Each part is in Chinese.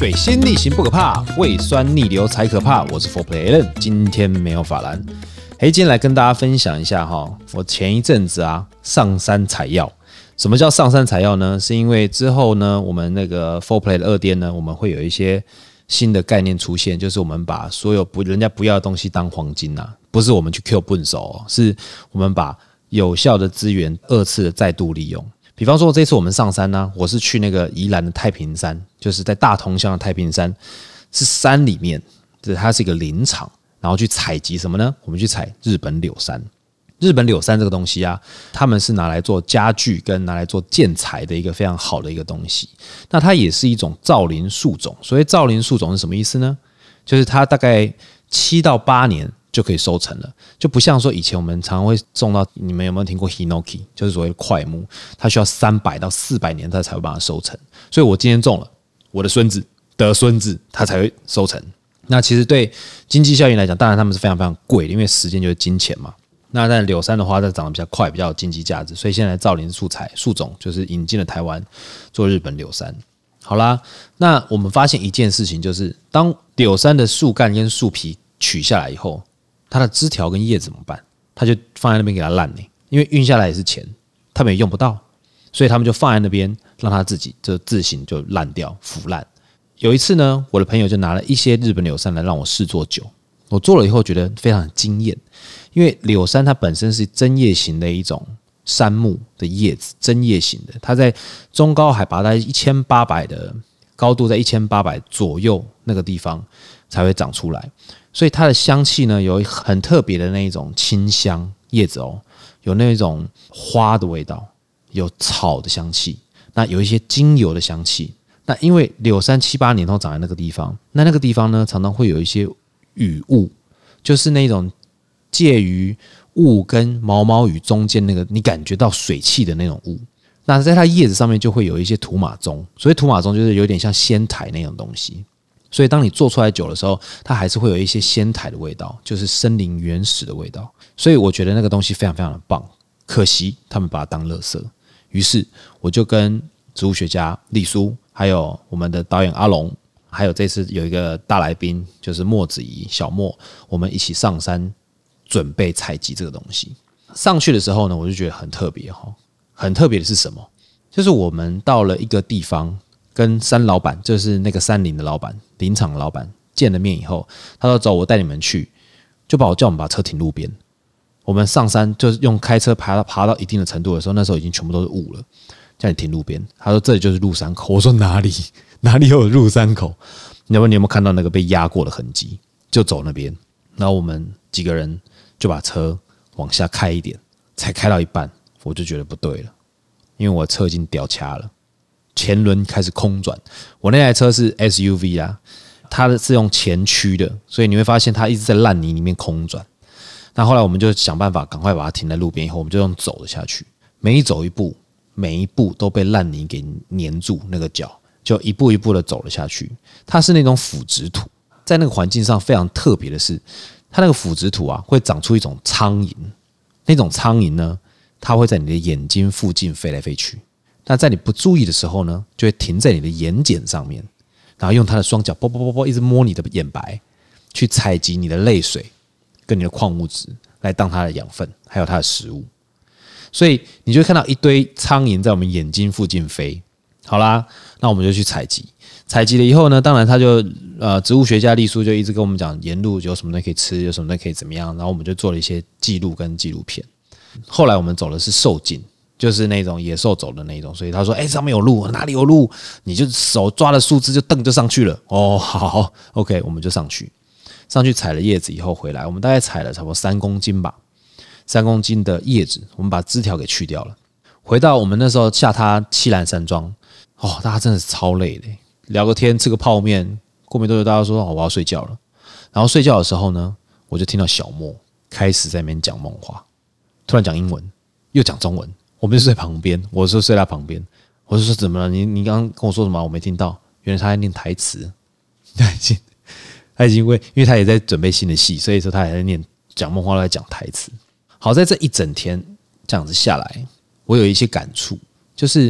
水星逆行不可怕，胃酸逆流才可怕。我是 4Play Allen， 今天没有法兰。今天来跟大家分享一下我前一阵子上山采药。什么叫上山采药呢？是因为之后呢，我们那个 4Play 的2店呢，我们会有一些新的概念出现，就是我们把所有人家不要的东西当黄金不是我们去 Q 笨手是我们把有效的资源2次的再度利用。比方说这次我们上山我是去那个宜兰的太平山，就是在大同乡的太平山，是山里面，它是一个林场，然后去采集什么呢？我们去采日本柳杉。日本柳杉这个东西他们是拿来做家具跟拿来做建材的一个非常好的一个东西。那它也是一种造林树种。所谓造林树种是什么意思呢？就是它大概7到8年就可以收成了，就不像说以前我们常常会种到，你们有没有听过 Hinoki， 就是所谓的檜木，它需要300到400年它才会把它收成。所以我今天种了，我的孙子的孙子他才会收成。那其实对经济效益来讲，当然他们是非常非常贵的，因为时间就是金钱嘛。那但柳杉的话，它长得比较快，比较有经济价值，所以现在造林树种就是引进了台湾做日本柳杉。好啦，那我们发现一件事情，就是当柳杉的树干跟树皮取下来以后，它的枝条跟叶子怎么办？它就放在那边给它烂因为运下来也是钱，他们也用不到，所以他们就放在那边，让它自己就自行就烂掉腐烂。有一次呢，我的朋友就拿了一些日本柳杉来让我试做酒，我做了以后觉得非常惊艳。因为柳杉它本身是针叶型的一种杉木的叶子，针叶型的，它在中高海拔在1800的高度，在1800左右那个地方才会长出来，所以它的香气呢有很特别的那一种清香，叶子有那种花的味道，有草的香气，那有一些精油的香气。那因为柳杉7、8年都长在那个地方，那个地方呢常常会有一些雨雾，就是那种介于雾跟毛毛雨中间那个你感觉到水汽的那种雾。那在它叶子上面就会有一些土马钟，所以土马钟就是有点像仙台那种东西。所以当你做出来酒的时候，它还是会有一些仙台的味道，就是森林原始的味道。所以我觉得那个东西非常非常的棒，可惜他们把它当垃圾。于是我就跟植物学家丽苏，还有我们的导演阿龙，还有这次有一个大来宾就是莫子仪小莫，我们一起上山准备采集这个东西。上去的时候呢，我就觉得很特别很特别的是什么？就是我们到了一个地方，跟山老板，就是那个山林的老板，林场的老板见了面以后，他说走，我带你们去，就叫我们把车停路边。我们上山就是用开车爬到一定的程度的时候，那时候已经全部都是雾了，叫你停路边。他说这里就是入山口。我说哪里有入山口？你有没有看到那个被压过的痕迹？就走那边。然后我们几个人就把车往下开一点，才开到一半，我就觉得不对了，因为我车已经掉卡了，前轮开始空转。我那台车是 SUV 它是用前驱的，所以你会发现它一直在烂泥里面空转。那后来我们就想办法赶快把它停在路边，以后我们就用走了下去，每走一步，每一步都被烂泥给黏住那个脚，就一步一步的走了下去。它是那种腐殖土，在那个环境上非常特别的是，它那个腐殖土会长出一种苍蝇，那种苍蝇呢，它会在你的眼睛附近飞来飞去。那在你不注意的时候呢，就会停在你的眼睑上面，然后用它的双脚一直摸你的眼白，去采集你的泪水跟你的矿物质来当它的养分，还有它的食物。所以你就会看到一堆苍蝇在我们眼睛附近飞。好啦，那我们就去采集。采集了以后呢，当然他就植物学家丽苏就一直跟我们讲沿路有什么东西可以吃，有什么东西可以怎么样，然后我们就做了一些记录跟纪录片。后来我们走的是兽径，就是那种野兽走的那种，所以他说上面有路，哪里有路你就手抓了树枝就蹬就上去了。好 OK， 我们就上去采了叶子以后回来，我们大概采了差不多3公斤吧，3公斤的叶子，我们把枝条给去掉了。回到我们那时候下榻七兰山庄，大家真的是超累的，聊个天吃个泡面，过没多久大家说我要睡觉了。然后睡觉的时候呢，我就听到小莫开始在那边讲梦话，突然讲英文又讲中文，我们就睡旁边，我就睡在他旁边。我就说怎么了？你刚刚跟我说什么？我没听到。原来他在念台词，他已经因为他也在准备新的戏，所以说他也在念讲梦话，都在讲台词。好在这一整天这样子下来，我有一些感触，就是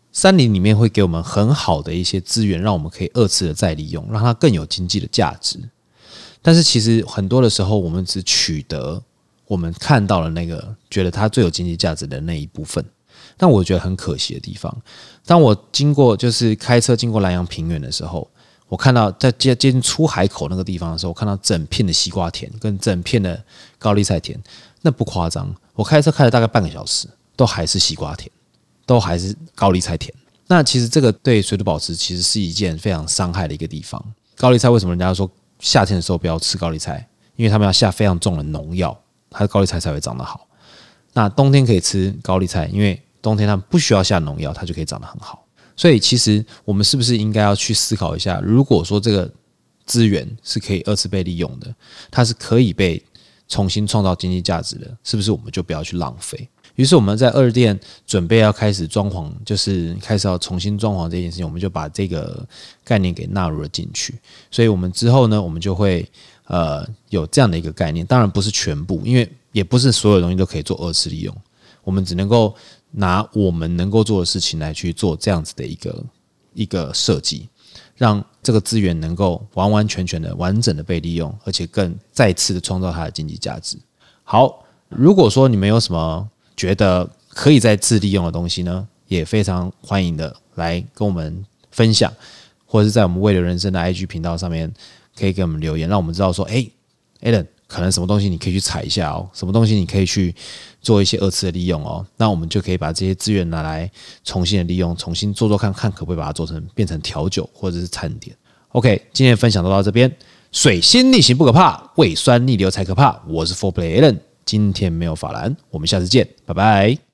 山林里面会给我们很好的一些资源，让我们可以二次的再利用，让它更有经济的价值。但是其实很多的时候，我们只取得我们看到了那个觉得它最有经济价值的那一部分。但我觉得很可惜的地方，当我就是开车经过南洋平原的时候，我看到在接近出海口那个地方的时候，我看到整片的西瓜田跟整片的高丽菜田，那不夸张，我开车开了大概半个小时，都还是西瓜田，都还是高丽菜田。那其实这个对水土保持其实是一件非常伤害的一个地方。高丽菜为什么人家说夏天的时候不要吃高丽菜？因为他们要下非常重的农药，它的高丽菜才会长得好。那冬天可以吃高丽菜，因为冬天他们不需要下农药，它就可以长得很好。所以其实我们是不是应该要去思考一下，如果说这个资源是可以二次被利用的，它是可以被重新创造经济价值的，是不是我们就不要去浪费？于是我们在二店准备要开始装潢，就是开始要重新装潢这件事情，我们就把这个概念给纳入了进去。所以我们之后呢，我们就会有这样的一个概念，当然不是全部，因为也不是所有东西都可以做二次利用，我们只能够拿我们能够做的事情来去做这样子的一个设计，让这个资源能够完完全全的完整的被利用，而且更再次的创造它的经济价值。好，如果说你们有什么觉得可以再次利用的东西呢，也非常欢迎的来跟我们分享，或者是在我们为了人生的 IG 频道上面可以给我们留言，让我们知道说Alan 可能什么东西你可以去踩一下哦，什么东西你可以去做一些二次的利用哦，那我们就可以把这些资源拿来重新的利用，重新做看可不可以把它做成变成调酒或者是餐点。OK， 今天的分享都到这边。水星逆行不可怕，胃酸逆流才可怕。我是 4Play Alan， 今天没有法兰，我们下次见，拜拜。